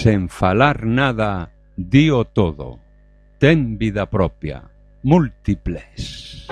sen falar nada, dío todo. Ten vida propia, múltiples.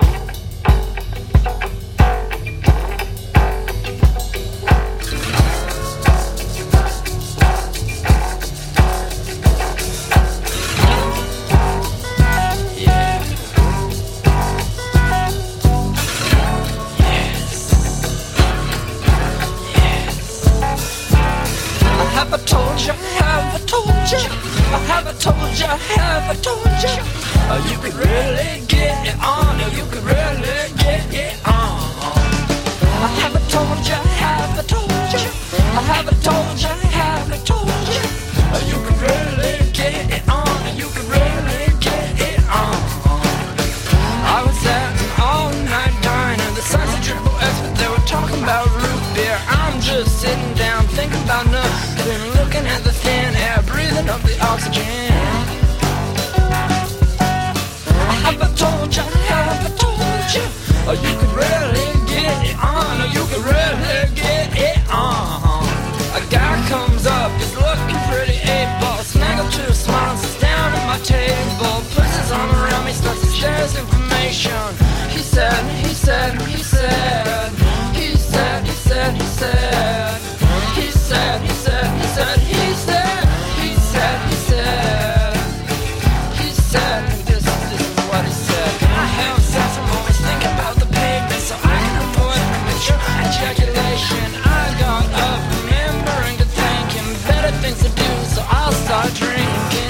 Have I told you, you could really get it on, you could really get it on. Have I told you, have I told you, have I told you, have I told you, you could really get it on, you could really get it on. I was at an all-night diner, the signs of Triple S, but they were talking about root beer. I'm just sitting down, thinking about nothing, looking at the thin air, breathing up the oxygen. Have I told you, you could really get it on, you could really get it on. A guy comes up, he's looking pretty able, snaggle 2 smiles, sits down at my table, puts his arm around me, starts to share his information. He said, he said, he said, he said, he said, he said, he said, he said, he said, he said, he said, he said, he said, this is what he said. Can I have sex? I'm always thinking about the pavement, so I can avoid premature ejaculation. I got up remembering to thank him, better things to do, so I'll start drinking.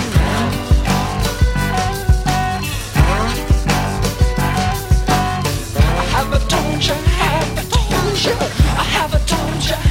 Have I told you, have I told you, have I told you,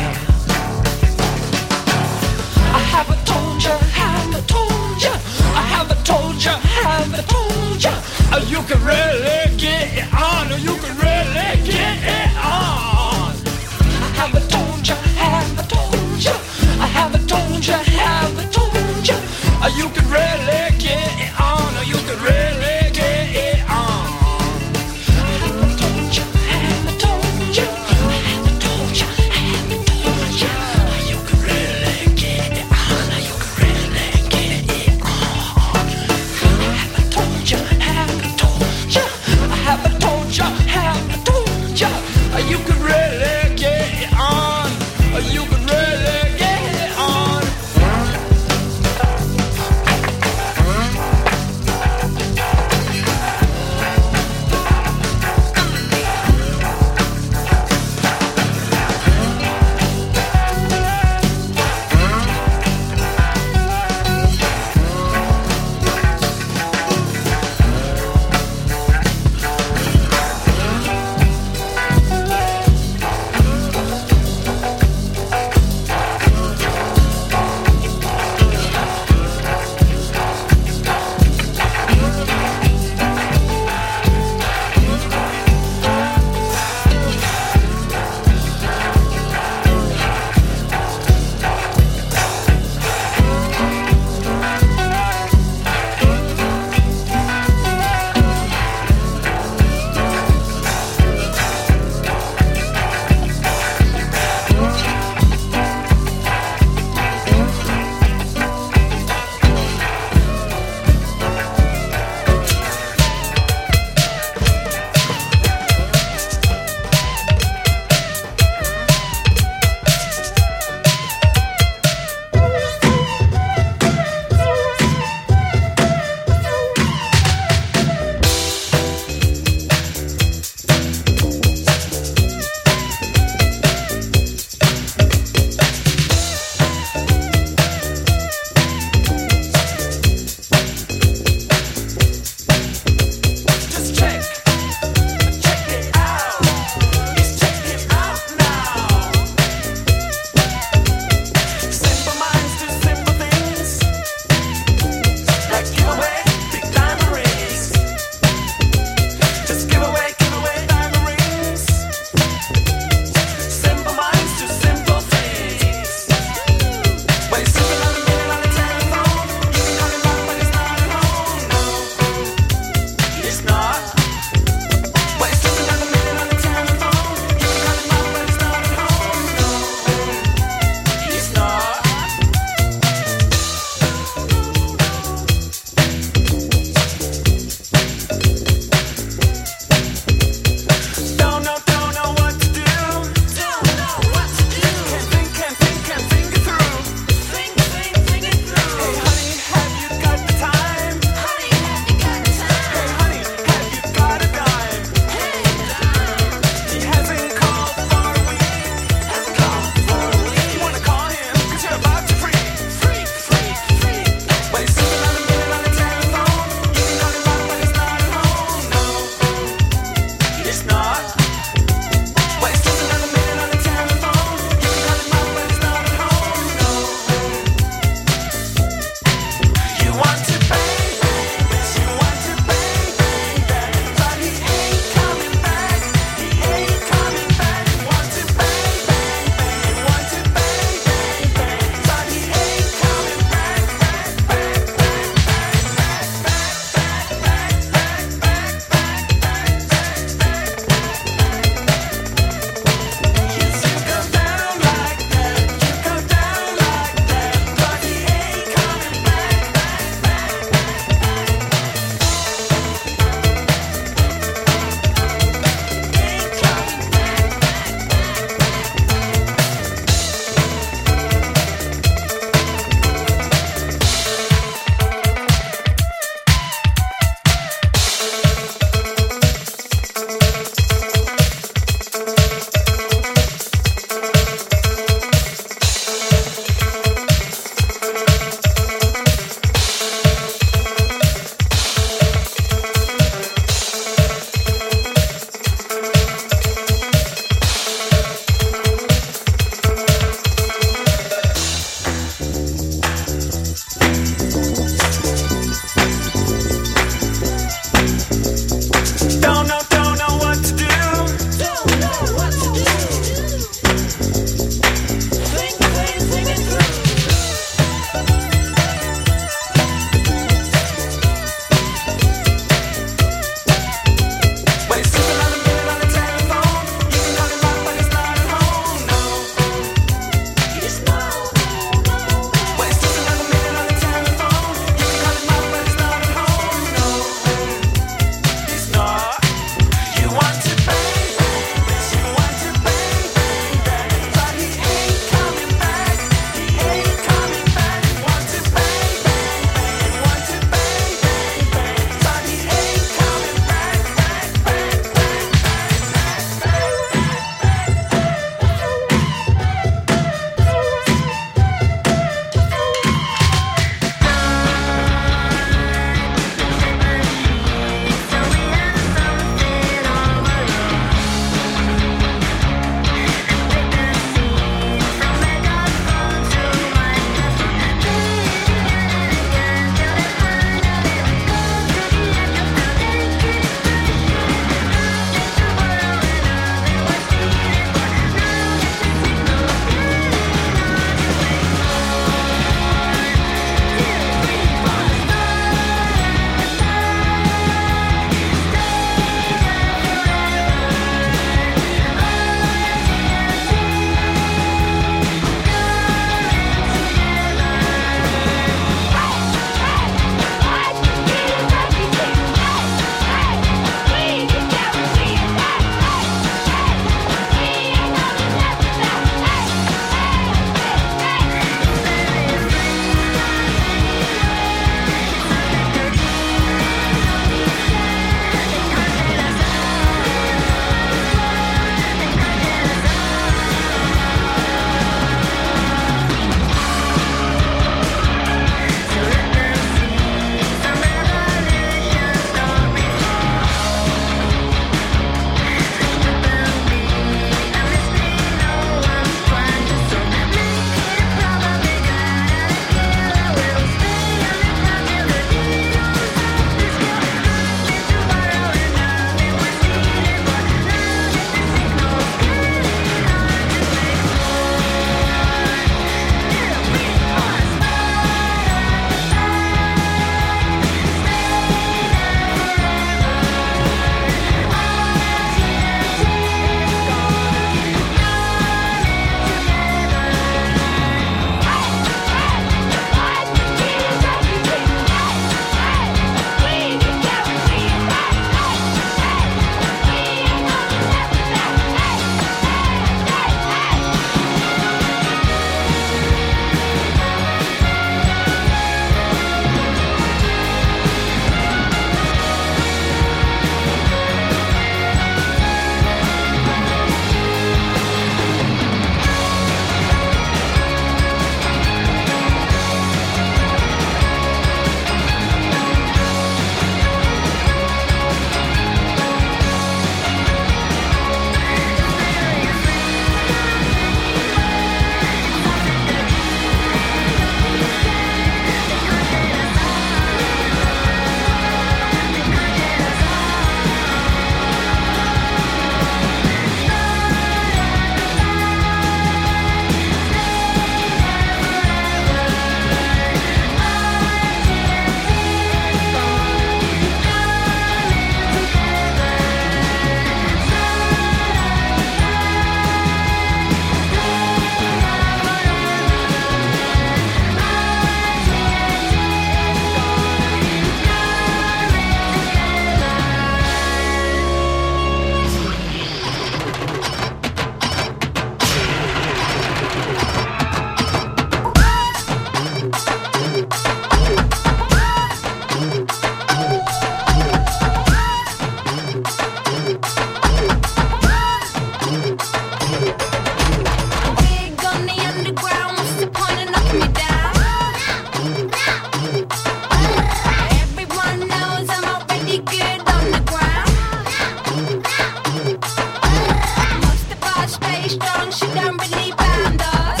stay strong, she don't really band us.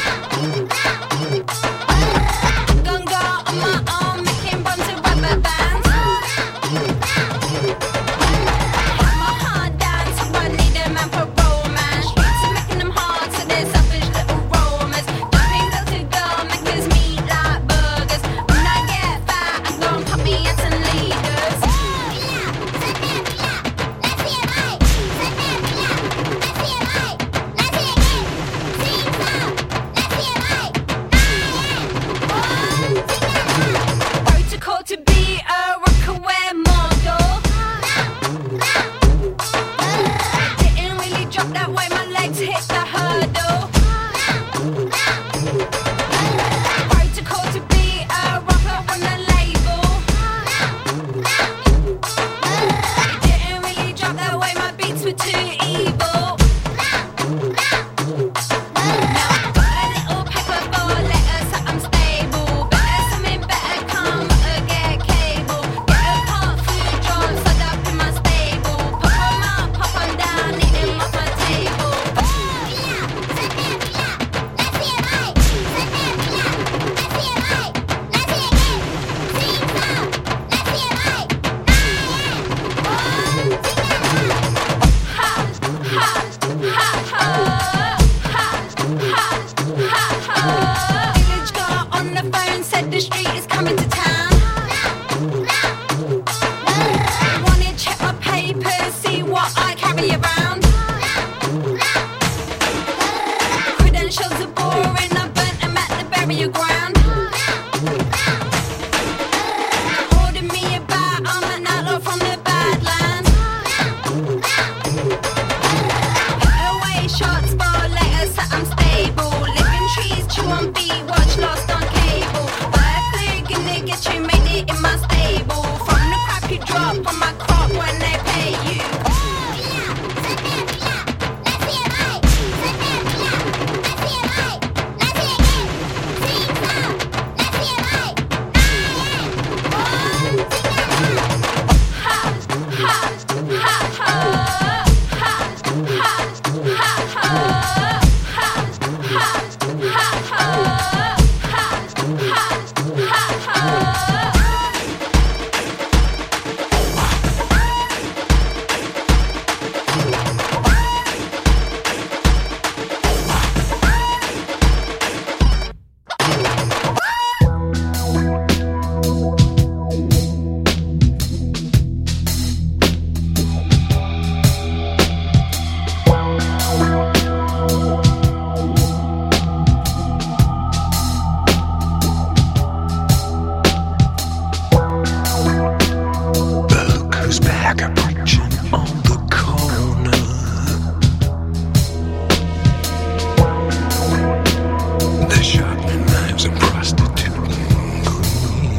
Gunga on my arm, making buns of rubber bands. My heart dance, so I need a man for romance. Streets are making them hard, so they're selfish little roamers. Jumping girl to girl, make us meet like burgers. When I get fat, I'm gon' pop me at some leaders. Protocol to be a rockaway model. Didn't really drop that way, my legs hit the hurdle. Protocol to be a rocker on the label. Didn't really drop that way, my beats were too evil. Now I got a little paper for letters, so I'm stable. Better something better come, get cable. Get a part food drawn, set up in my stable. Pop 'em up, pop 'em down, eat 'em off my table. Village girl on the phone said the street is coming to town. Wanna check my papers, see what I carry around. Credentials are boring, I burnt them at the burial ground. Order me about, I'm an outlaw from the Badlands. Put away shots for later, so I'm stable. Living trees, chew on beat, watch Lost on cable. Bird flu, gonna get you, made it in my stable. From the crap you drop on my crop when they pay you. Look who's back, I'm preaching on the corner. They're sharpening knives and prostituting greed.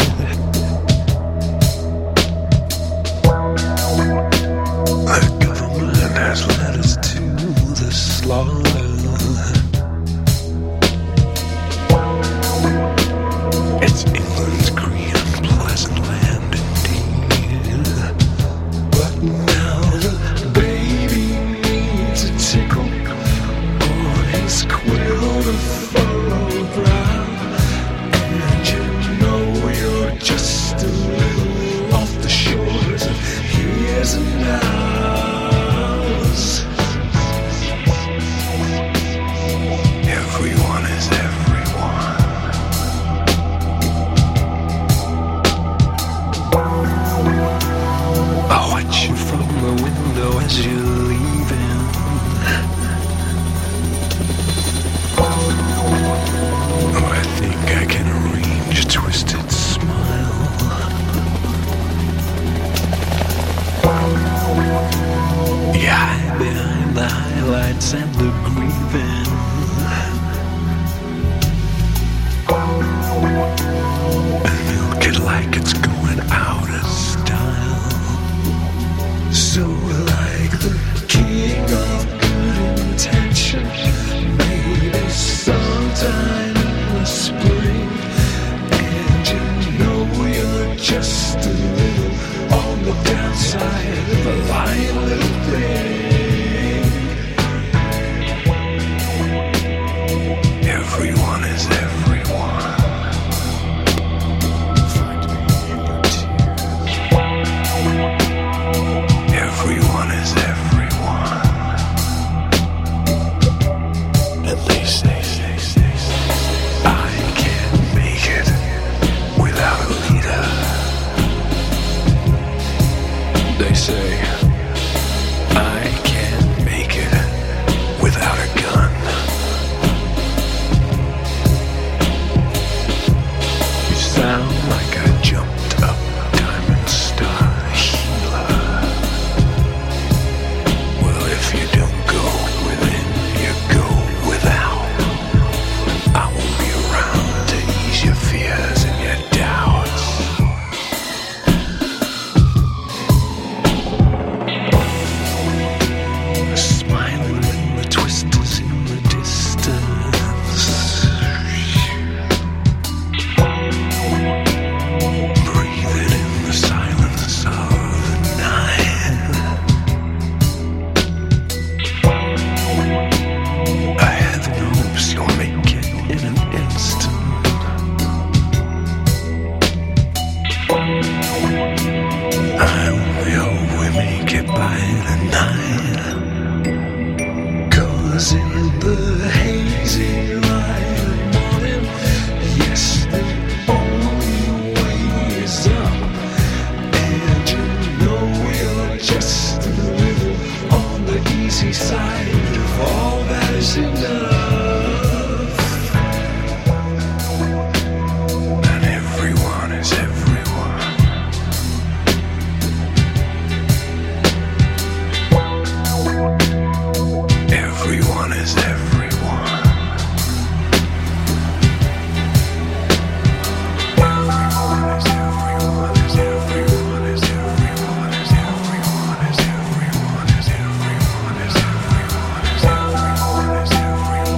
The government has led us to the slaughter. It's England's green and pleasant land indeed. But now the baby needs a tickle on his quill to furrow brow. And you know you're just a little off the shores of years and hours. Everyone is everyone. I watch you from the window as you're leaving. Oh, I think I can arrange a twisted smile. You hide behind the highlights and the grieving. And milk it like it's going out of style. So like the king of good intention, maybe sometime in the spring. And you know you're just a little on the downside of a lying little thing. was in the hazy light of morning. Yes, the only way is up. And you know we're just a little on the easy side of all that is enough. And everyone is everyone. Everyone is everyone. Everyone is everyone.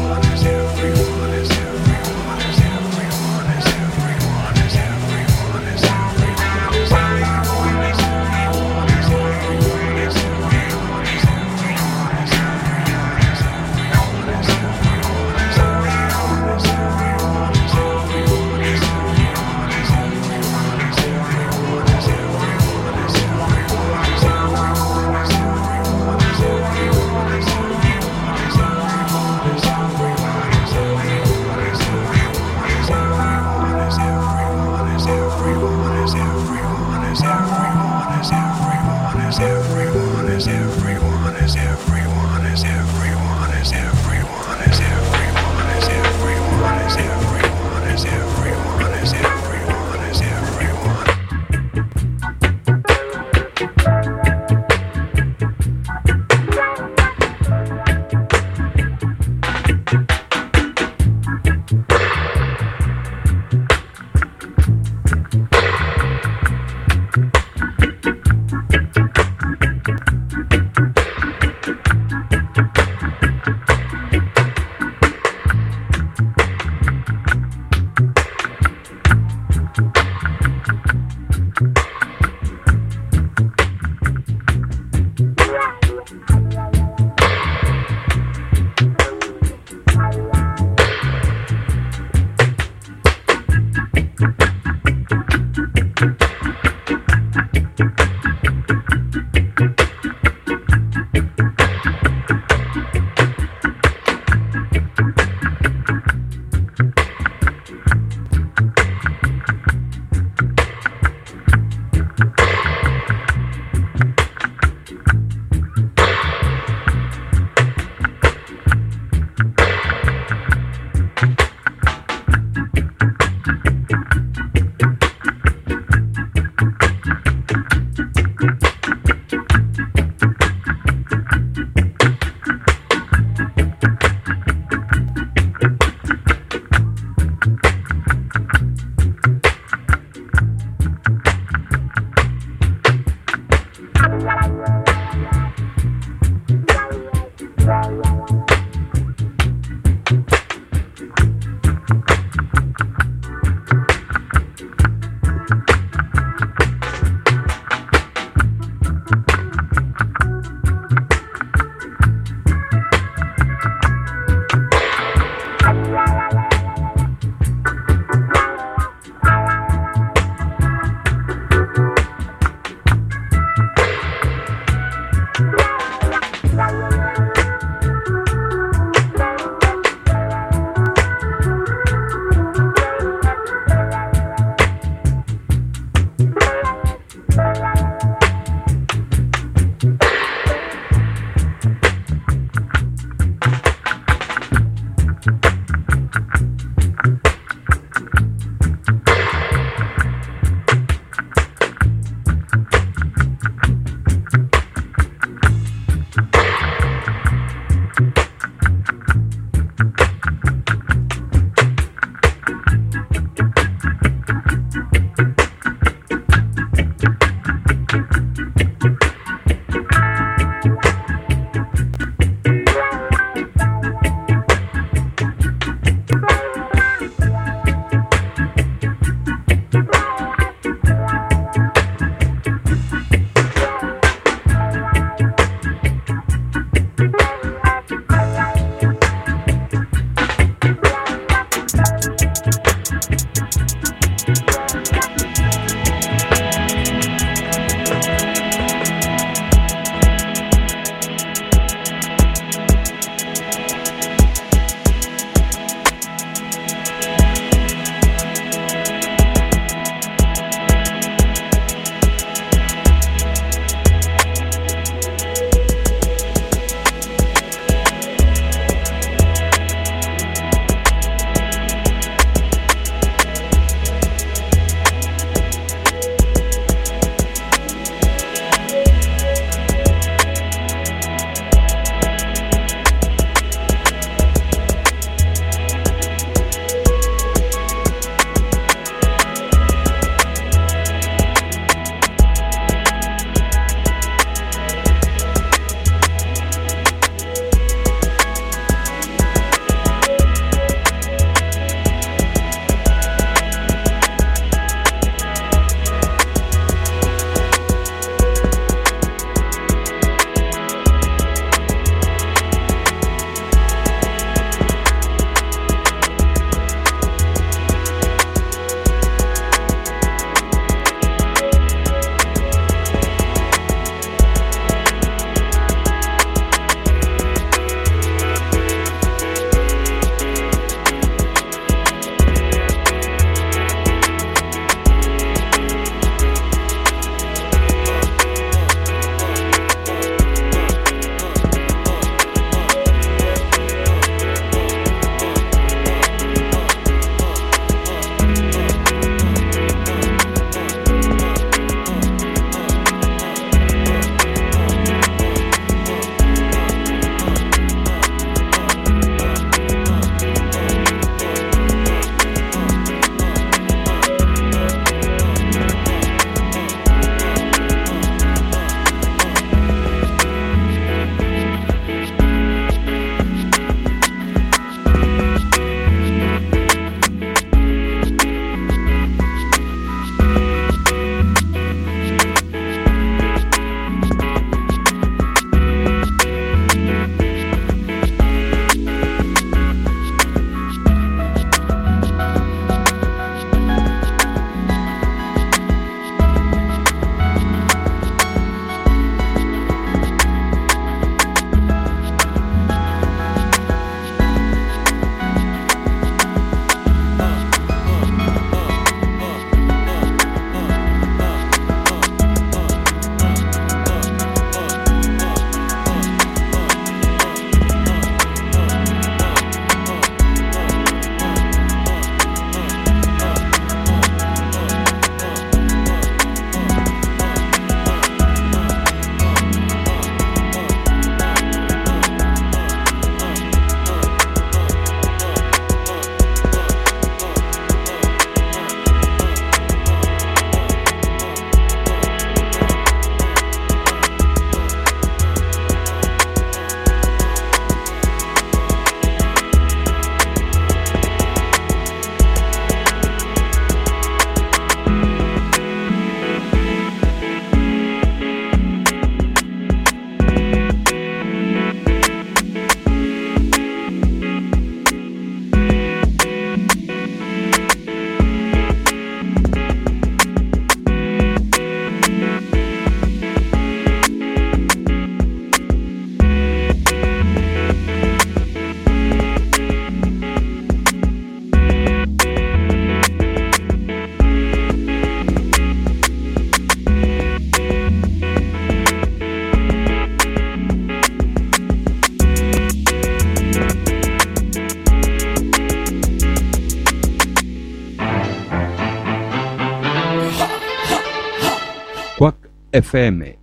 FM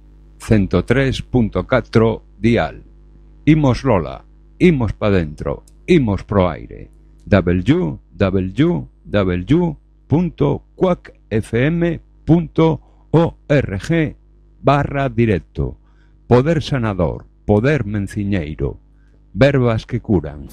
103.4 dial. Imos Lola, imos pa dentro, imos pro aire. www.quackfm.org/directo. Poder sanador, poder menciñeiro, verbas que curan.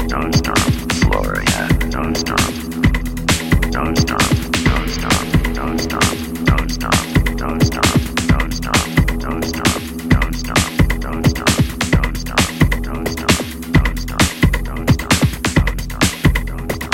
Don't stop, slower, yeah. Don't stop. Don't stop, don't stop, don't stop, don't stop, don't stop, don't stop, don't stop, don't stop, don't stop, don't stop, don't stop, don't stop, don't stop, don't stop, don't stop.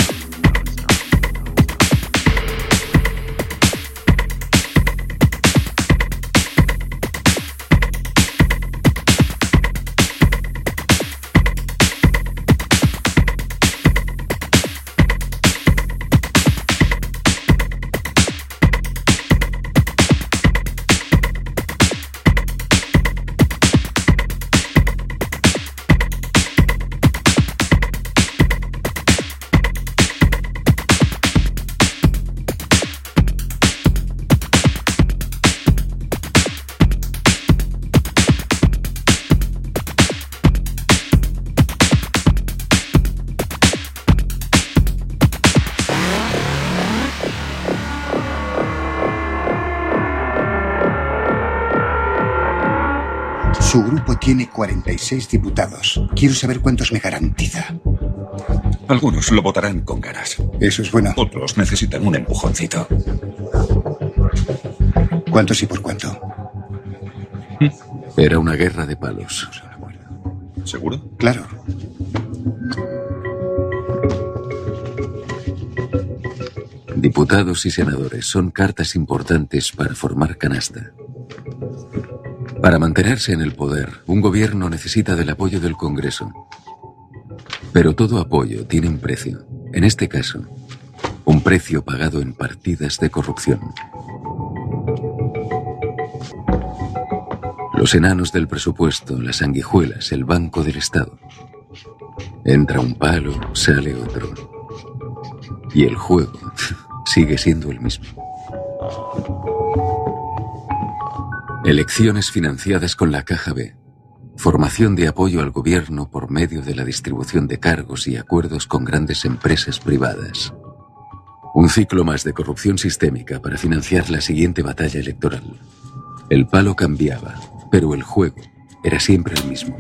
Su grupo tiene 46 diputados. Quiero saber cuántos me garantiza. Algunos lo votarán con ganas. Eso es bueno. Otros necesitan un empujoncito. ¿Cuántos y por cuánto? Era una guerra de palos. ¿Seguro? Claro. Diputados y senadores son cartas importantes para formar canasta. Para mantenerse en el poder, un gobierno necesita del apoyo del Congreso. Pero todo apoyo tiene un precio. En este caso, un precio pagado en partidas de corrupción. Los enanos del presupuesto, las sanguijuelas, el Banco del Estado. Entra un palo, sale otro. Y el juego sigue siendo el mismo. Elecciones financiadas con la Caja B. Formación de apoyo al gobierno por medio de la distribución de cargos y acuerdos con grandes empresas privadas. Un ciclo más de corrupción sistémica para financiar la siguiente batalla electoral. El palo cambiaba, pero el juego era siempre el mismo.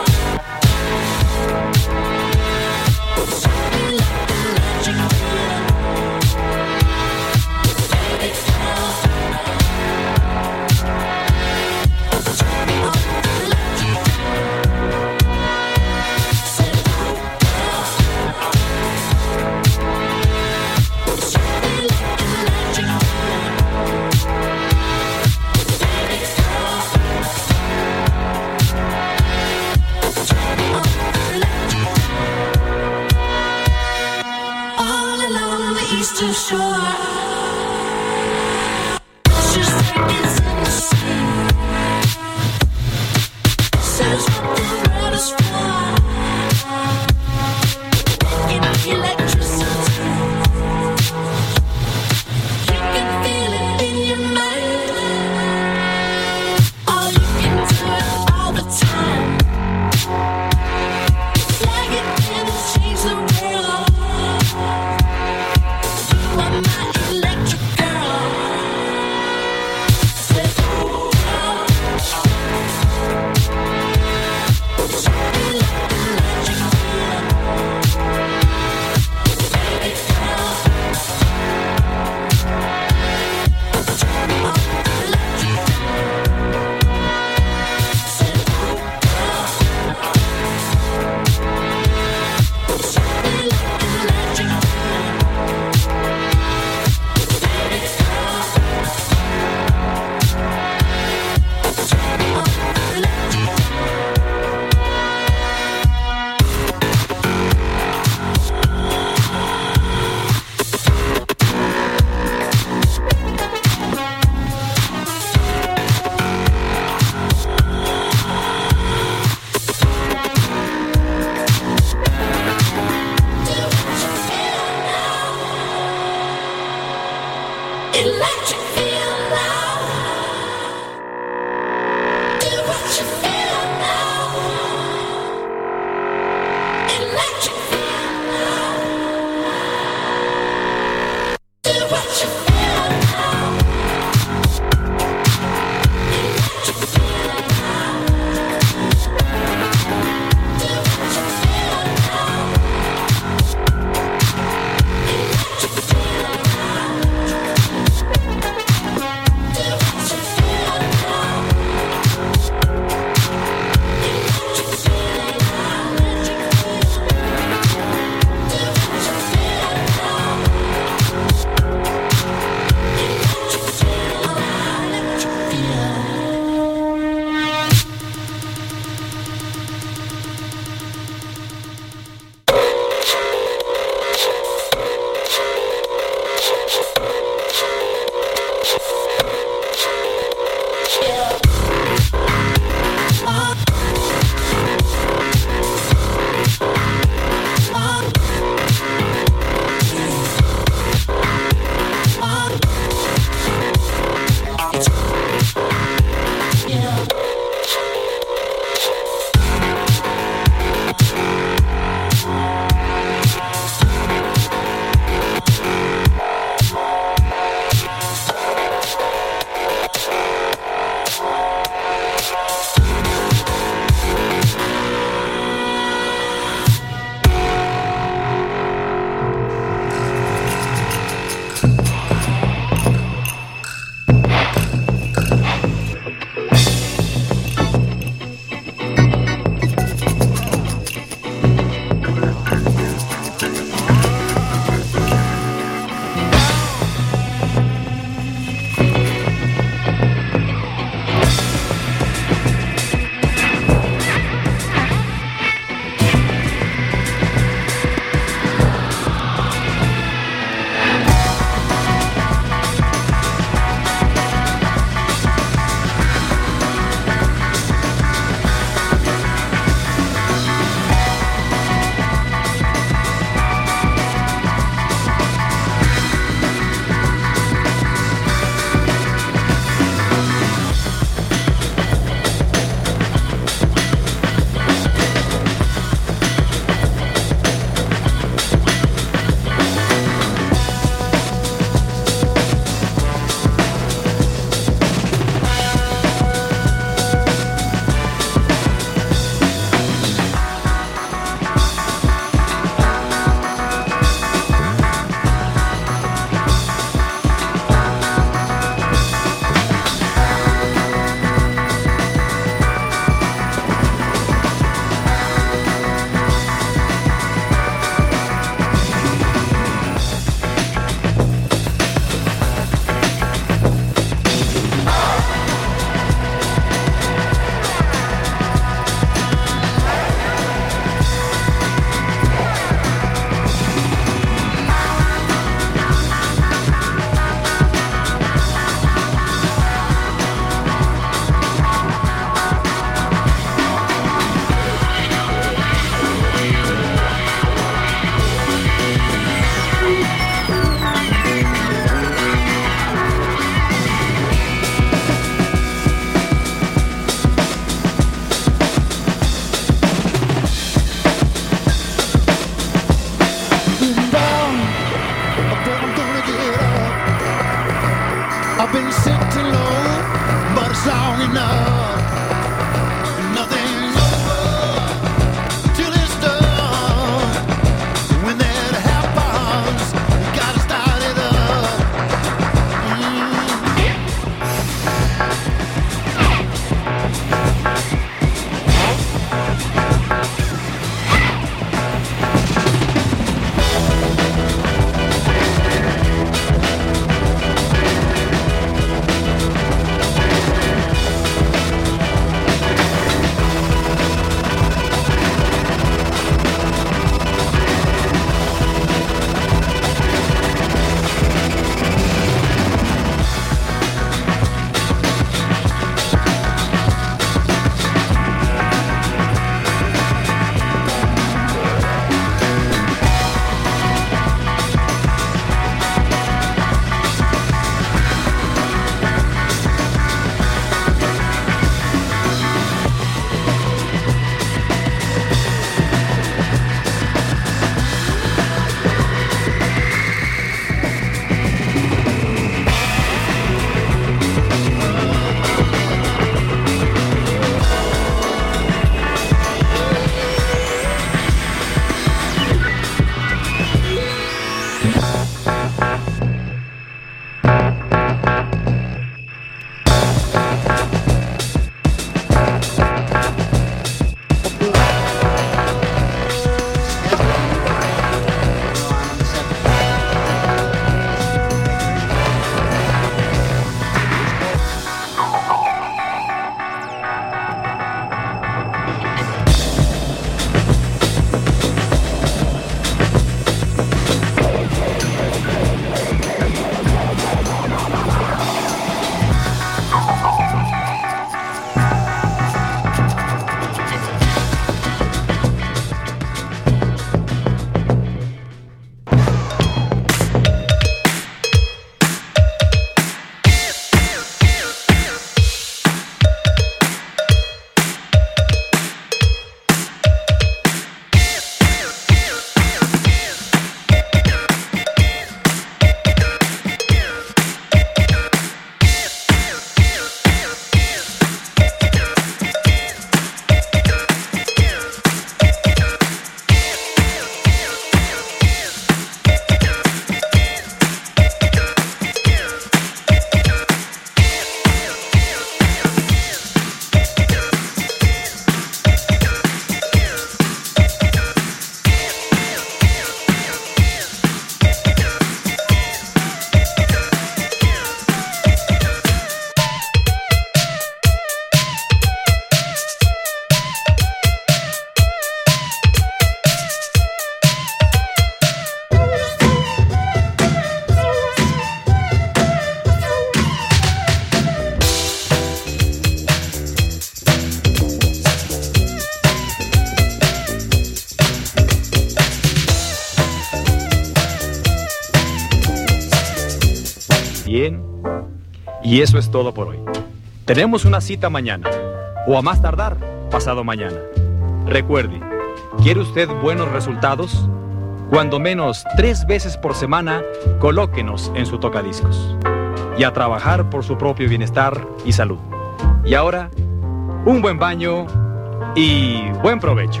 bien. Y eso es todo por hoy. Tenemos una cita mañana, o a más tardar, pasado mañana. Recuerde, ¿quiere usted buenos resultados? Cuando menos 3 veces por semana, colóquenos en su tocadiscos. Y a trabajar por su propio bienestar y salud. Y ahora, un buen baño y buen provecho.